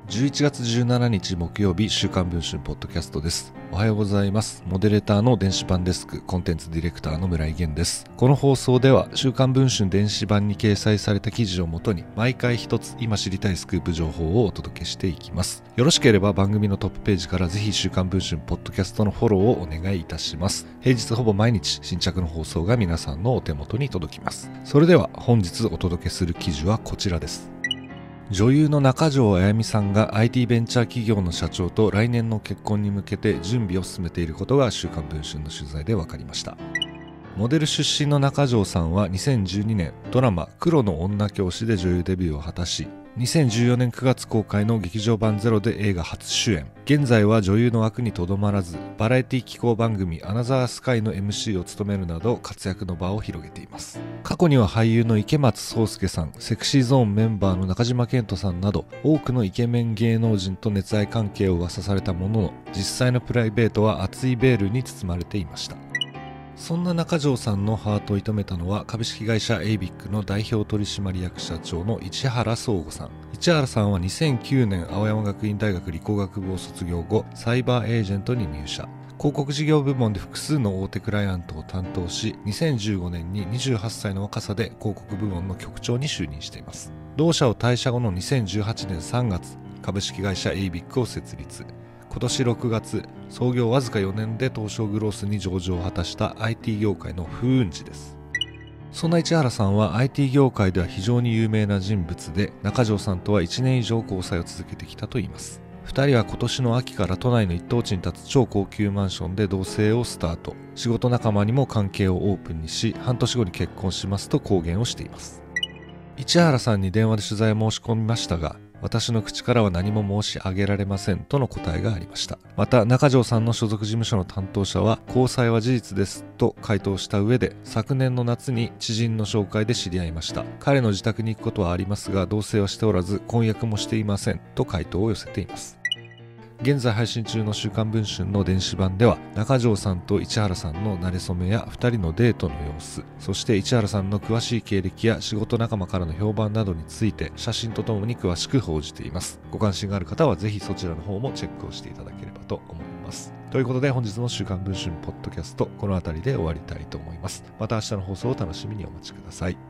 11月17日木曜日、週刊文春ポッドキャストです。おはようございます。モデレーターの電子版デスク、コンテンツディレクターの村井源です。この放送では、週刊文春電子版に掲載された記事をもとに、毎回一つ今知りたいスクープ情報をお届けしていきます。よろしければ番組のトップページからぜひ週刊文春ポッドキャストのフォローをお願いいたします。平日ほぼ毎日新着の放送が皆さんのお手元に届きます。それでは本日お届けする記事はこちらです。女優の中条あやみさんが IT ベンチャー企業の社長と来年の結婚に向けて準備を進めていることが週刊文春の取材で分かりました。モデル出身の中条さんは2012年ドラマ黒の女教師で女優デビューを果たし、2014年9月公開の劇場版ゼロで映画初主演。現在は女優の枠にとどまらず、バラエティ紀行番組アナザースカイの MC を務めるなど活躍の場を広げています。過去には俳優の池松壮亮さん、セクシーゾーンメンバーの中島健人さんなど多くのイケメン芸能人と熱愛関係を噂されたものの、実際のプライベートは厚いベールに包まれていました。そんな中条さんのハートを射止めたのは株式会社エイビックの代表取締役社長の市原壮吾さん。市原さんは2009年青山学院大学理工学部を卒業後、サイバーエージェントに入社。広告事業部門で複数の大手クライアントを担当し、2015年に28歳の若さで広告部門の局長に就任しています。同社を退社後の2018年3月、株式会社エイビックを設立。今年6月、創業わずか4年で東証グロースに上場を果たした IT 業界の風雲児です。そんな市原さんは IT 業界では非常に有名な人物で、中条さんとは1年以上交際を続けてきたといいます。2人は今年の秋から都内の一等地に建つ超高級マンションで同棲をスタート。仕事仲間にも関係をオープンにし、半年後に結婚しますと公言をしています。市原さんに電話で取材を申し込みましたが、私の口からは何も申し上げられませんとの答えがありました。また中条さんの所属事務所の担当者は、交際は事実ですと回答した上で、昨年の夏に知人の紹介で知り合いました。彼の自宅に行くことはありますが、同棲はしておらず婚約もしていませんと回答を寄せています。現在配信中の週刊文春の電子版では、中条さんと市原さんの馴れ初めや2人のデートの様子、そして市原さんの詳しい経歴や仕事仲間からの評判などについて写真とともに詳しく報じています。ご関心がある方はぜひそちらの方もチェックをしていただければと思います。ということで本日の週刊文春ポッドキャスト、この辺りで終わりたいと思います。また明日の放送を楽しみにお待ちください。